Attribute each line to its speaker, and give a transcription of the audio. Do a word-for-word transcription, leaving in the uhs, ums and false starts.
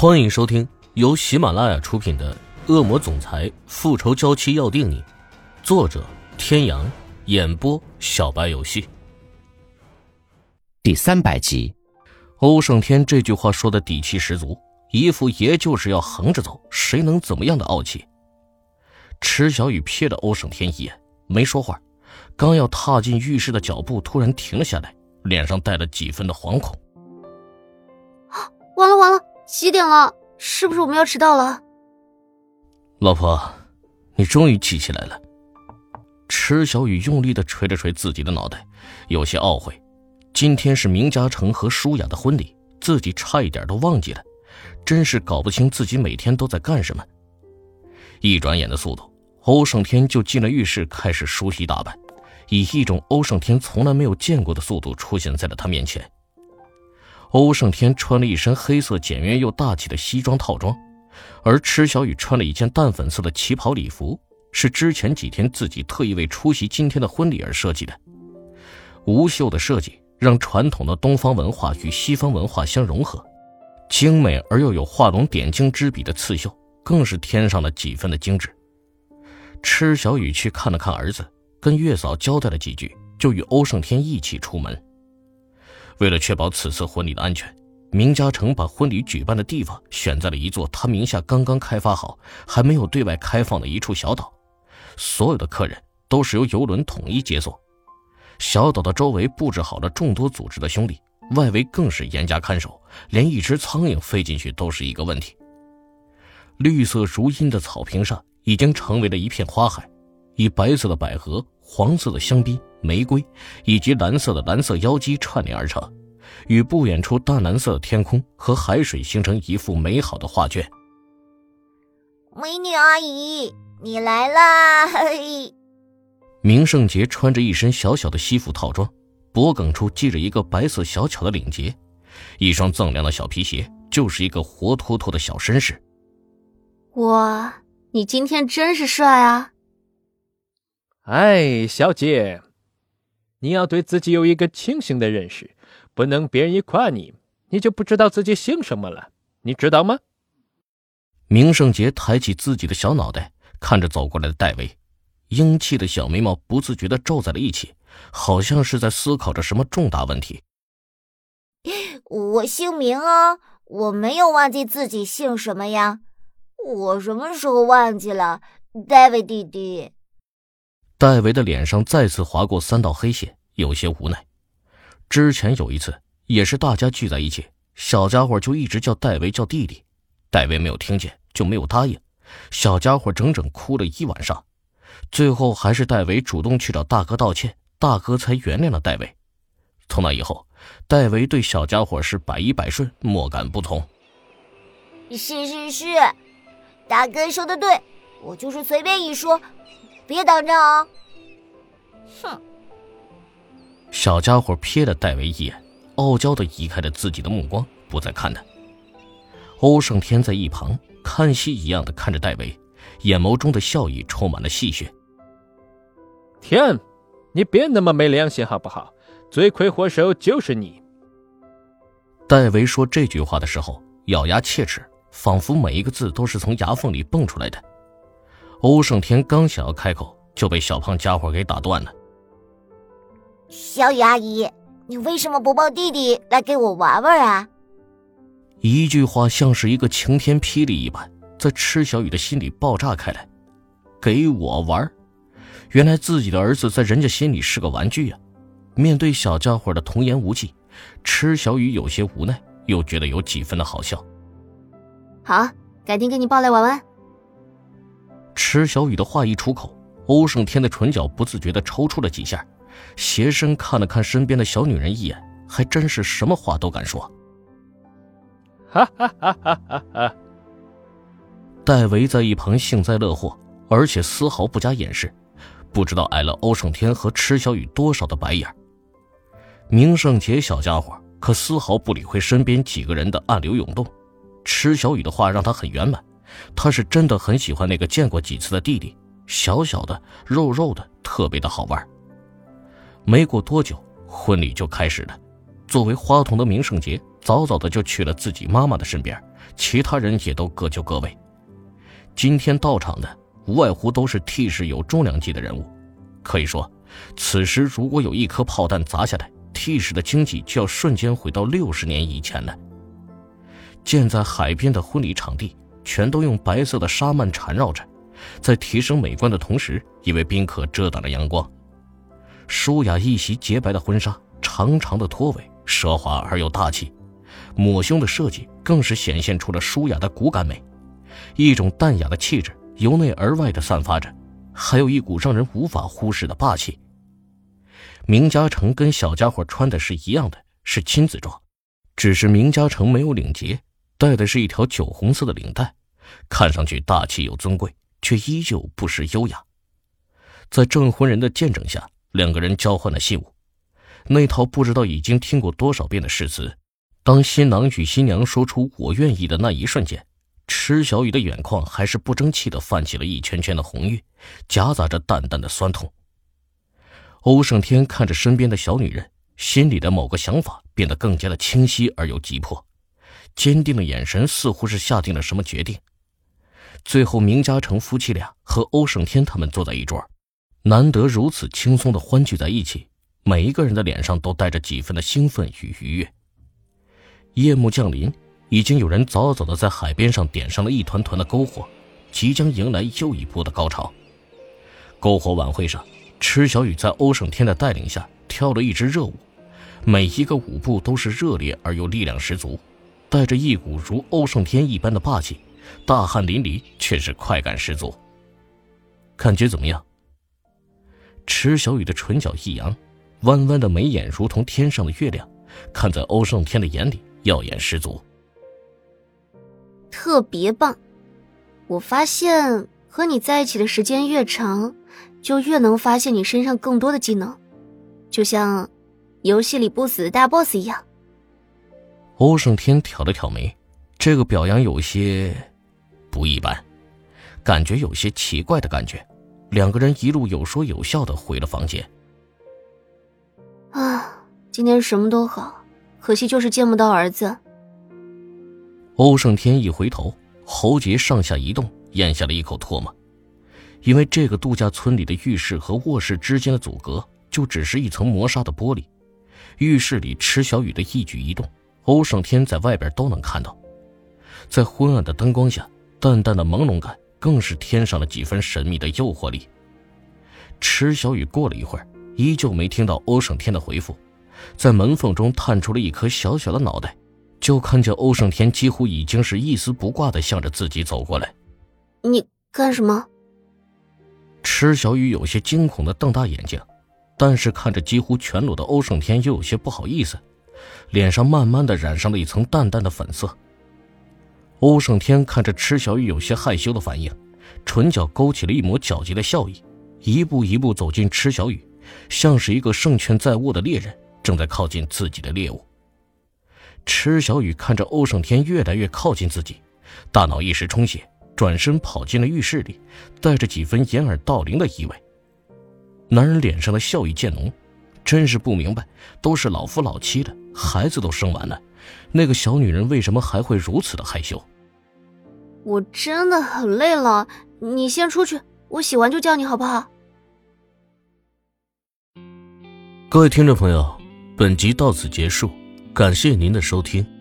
Speaker 1: 欢迎收听由喜马拉雅出品的《恶魔总裁复仇娇妻要定你》，作者天阳，演播小白游戏。
Speaker 2: 第三百集。
Speaker 1: 欧胜天这句话说的底气十足，一副爷就是要横着走，谁能怎么样的傲气。池小雨瞥了欧胜天一眼，没说话，刚要踏进浴室的脚步突然停了下来，脸上带了几分的惶恐。
Speaker 3: 完了完了，几点了？是不是我们要迟到了？
Speaker 1: 老婆，你终于记起来了。池小雨用力地捶了捶自己的脑袋，有些懊悔。今天是明嘉诚和舒雅的婚礼，自己差一点都忘记了，真是搞不清自己每天都在干什么。一转眼的速度，欧胜天就进了浴室，开始梳洗打扮，以一种欧胜天从来没有见过的速度出现在了他面前。欧胜天穿了一身黑色简约又大气的西装套装，而池小雨穿了一件淡粉色的旗袍礼服，是之前几天自己特意为出席今天的婚礼而设计的。无袖的设计让传统的东方文化与西方文化相融合，精美而又有画龙点睛之笔的刺绣更是添上了几分的精致。池小雨去看了看儿子，跟月嫂交代了几句，就与欧胜天一起出门。为了确保此次婚礼的安全，明嘉诚把婚礼举办的地方选在了一座他名下刚刚开发好还没有对外开放的一处小岛，所有的客人都是由邮轮统一接送。小岛的周围布置好了众多组织的兄弟，外围更是严加看守，连一只苍蝇飞进去都是一个问题。绿色如茵的草坪上已经成为了一片花海，以白色的百合、黄色的香槟、玫瑰以及蓝色的蓝色妖姬串联而成，与不远处淡蓝色的天空和海水形成一幅美好的画卷。
Speaker 4: 美女阿姨，你来啦！嘿，
Speaker 1: 明胜杰穿着一身小小的西服套装，脖颈处系着一个白色小巧的领结，一双锃亮的小皮鞋，就是一个活脱脱的小绅士。
Speaker 3: 哇，你今天真是帅啊！
Speaker 5: 哎，小姐，你要对自己有一个清醒的认识，不能别人一夸你，你就不知道自己姓什么了，你知道吗？
Speaker 1: 明胜杰抬起自己的小脑袋，看着走过来的戴维，英气的小眉毛不自觉地皱在了一起，好像是在思考着什么重大问题。
Speaker 4: 我姓明啊，我没有忘记自己姓什么呀，我什么时候忘记了，戴维弟弟？
Speaker 1: 戴维的脸上再次划过三道黑线，有些无奈。之前有一次也是大家聚在一起，小家伙就一直叫戴维叫弟弟，戴维没有听见就没有答应，小家伙整整哭了一晚上，最后还是戴维主动去找大哥道歉，大哥才原谅了戴维。从那以后，戴维对小家伙是百依百顺，莫敢不从。
Speaker 4: 是是是，大哥说的对，我就是随便一说，别当真啊！哼！
Speaker 1: 小家伙瞥了戴维一眼，傲娇地移开了自己的目光，不再看他。欧胜天在一旁看戏一样的看着戴维，眼眸中的笑意充满了戏谑。
Speaker 5: 天，你别那么没良心好不好？罪魁祸首就是你。
Speaker 1: 戴维说这句话的时候咬牙切齿，仿佛每一个字都是从牙缝里蹦出来的。欧胜天刚想要开口，就被小胖家伙给打断了。
Speaker 4: 小雨阿姨，你为什么不抱弟弟来给我玩玩啊？
Speaker 1: 一句话像是一个晴天霹雳一般，在池小雨的心里爆炸开来。给我玩？原来自己的儿子在人家心里是个玩具啊！面对小家伙的童言无忌，池小雨有些无奈，又觉得有几分的好笑。
Speaker 3: 好，改天给你抱来玩玩。
Speaker 1: 池小雨的话一出口，欧胜天的唇角不自觉地抽搐了几下，斜身看了看身边的小女人一眼，还真是什么话都敢说。
Speaker 5: 哈哈哈哈哈哈！
Speaker 1: 戴维在一旁幸灾乐祸，而且丝毫不加掩饰，不知道挨了欧胜天和池小雨多少的白眼。明胜杰小家伙可丝毫不理会身边几个人的暗流涌动，池小雨的话让他很圆满，他是真的很喜欢那个见过几次的弟弟，小小的肉肉的，特别的好玩。没过多久，婚礼就开始了。作为花童的明胜杰早早的就去了自己妈妈的身边，其他人也都各就各位。今天到场的无外乎都是替氏有重量级的人物，可以说此时如果有一颗炮弹砸下来，替氏的经济就要瞬间回到六十年以前了。建在海边的婚礼场地全都用白色的纱幔缠绕着，在提升美观的同时也为宾客遮挡了阳光。舒雅一袭洁白的婚纱，长长的拖尾奢华而又大气，抹胸的设计更是显现出了舒雅的骨感美，一种淡雅的气质由内而外的散发着，还有一股让人无法忽视的霸气。明嘉诚跟小家伙穿的是一样的，是亲子装，只是明嘉诚没有领结，戴的是一条酒红色的领带，看上去大气又尊贵，却依旧不失优雅。在证婚人的见证下，两个人交换了信物，那套不知道已经听过多少遍的誓词，当新郎与新娘说出我愿意的那一瞬间，池小雨的眼眶还是不争气地泛起了一圈圈的红晕，夹杂着淡淡的酸痛。欧胜天看着身边的小女人，心里的某个想法变得更加的清晰而又急迫，坚定的眼神似乎是下定了什么决定。最后明嘉诚夫妻俩和欧胜天他们坐在一桌，难得如此轻松地欢聚在一起，每一个人的脸上都带着几分的兴奋与愉悦。夜幕降临，已经有人早早地在海边上点上了一团团的篝火，即将迎来又一波的高潮。篝火晚会上，池小雨在欧胜天的带领下跳了一支热舞，每一个舞步都是热烈而又力量十足，带着一股如欧胜天一般的霸气，大汗淋漓却是快感十足。感觉怎么样？池小雨的唇角一扬，弯弯的眉眼如同天上的月亮，看在欧胜天的眼里耀眼十足。
Speaker 3: 特别棒！我发现和你在一起的时间越长，就越能发现你身上更多的技能，就像游戏里不死的大 boss 一样。
Speaker 1: 欧胜天挑了挑眉，这个表扬有些不一般，感觉有些奇怪的感觉。两个人一路有说有笑地回了房间。
Speaker 3: 啊，今天什么都好，可惜就是见不到儿子。
Speaker 1: 欧胜天一回头，喉结上下移动，咽下了一口唾沫。因为这个度假村里的浴室和卧室之间的阻隔就只是一层磨砂的玻璃，浴室里池小雨的一举一动，欧胜天在外边都能看到。在昏暗的灯光下，淡淡的朦胧感更是添上了几分神秘的诱惑力。池小雨过了一会儿，依旧没听到欧胜天的回复，在门缝中探出了一颗小小的脑袋，就看见欧胜天几乎已经是一丝不挂地向着自己走过来。
Speaker 3: 你干什么？
Speaker 1: 池小雨有些惊恐地瞪大眼睛，但是看着几乎全裸的欧胜天又有些不好意思，脸上慢慢地染上了一层淡淡的粉色。欧胜天看着池小雨有些害羞的反应，唇角勾起了一抹狡黠的笑意，一步一步走进池小雨，像是一个胜券在握的猎人，正在靠近自己的猎物。池小雨看着欧胜天越来越靠近自己，大脑一时充血，转身跑进了浴室里，带着几分掩耳盗铃的意味。男人脸上的笑意渐浓，真是不明白，都是老夫老妻了，孩子都生完了，那个小女人为什么还会如此的害羞？
Speaker 3: 我真的很累了，你先出去，我洗完就叫你好不好？
Speaker 1: 各位听众朋友，本集到此结束，感谢您的收听。